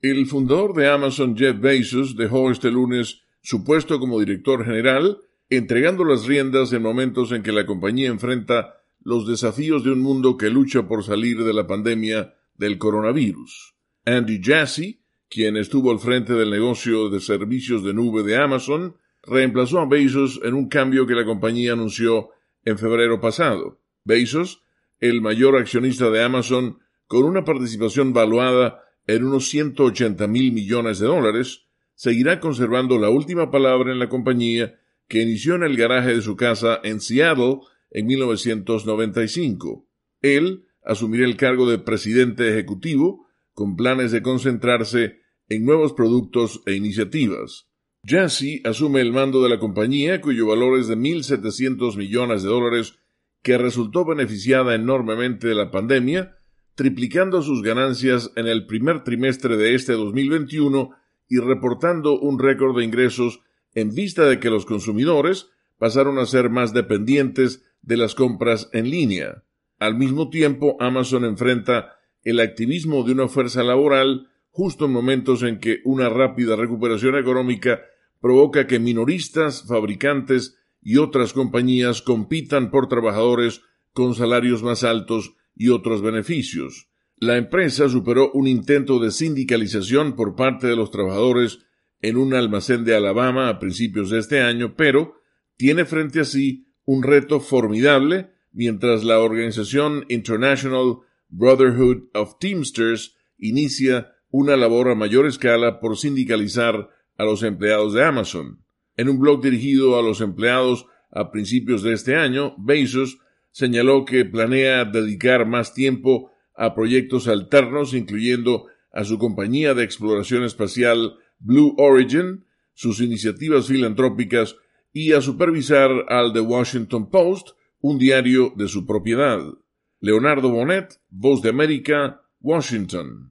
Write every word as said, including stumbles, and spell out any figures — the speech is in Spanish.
El fundador de Amazon, Jeff Bezos, dejó este lunes su puesto como director general, entregando las riendas en momentos en que la compañía enfrenta los desafíos de un mundo que lucha por salir de la pandemia del coronavirus. Andy Jassy, quien estuvo al frente del negocio de servicios de nube de Amazon, reemplazó a Bezos en un cambio que la compañía anunció en febrero pasado. Bezos, el mayor accionista de Amazon, con una participación valuada en unos ciento ochenta mil millones de dólares, seguirá conservando la última palabra en la compañía, que inició en el garaje de su casa en Seattle en mil novecientos noventa y cinco. Él asumirá el cargo de presidente ejecutivo, con planes de concentrarse en nuevos productos e iniciativas. Jassy asume el mando de la compañía, cuyo valor es de mil setecientos millones de dólares, que resultó beneficiada enormemente de la pandemia, triplicando sus ganancias en el primer trimestre de este dos mil veintiuno y reportando un récord de ingresos en vista de que los consumidores pasaron a ser más dependientes de las compras en línea. Al mismo tiempo, Amazon enfrenta el activismo de una fuerza laboral justo en momentos en que una rápida recuperación económica provoca que minoristas, fabricantes y otras compañías compitan por trabajadores con salarios más altos y otros beneficios. La empresa superó un intento de sindicalización por parte de los trabajadores en un almacén de Alabama a principios de este año, pero tiene frente a sí un reto formidable mientras la organización International Brotherhood of Teamsters inicia una labor a mayor escala por sindicalizar a los empleados de Amazon. En un blog dirigido a los empleados a principios de este año, Bezos señaló que planea dedicar más tiempo a proyectos alternos, incluyendo a su compañía de exploración espacial Blue Origin, sus iniciativas filantrópicas y a supervisar al The Washington Post, un diario de su propiedad. Leonardo Bonet, Voz de América, Washington.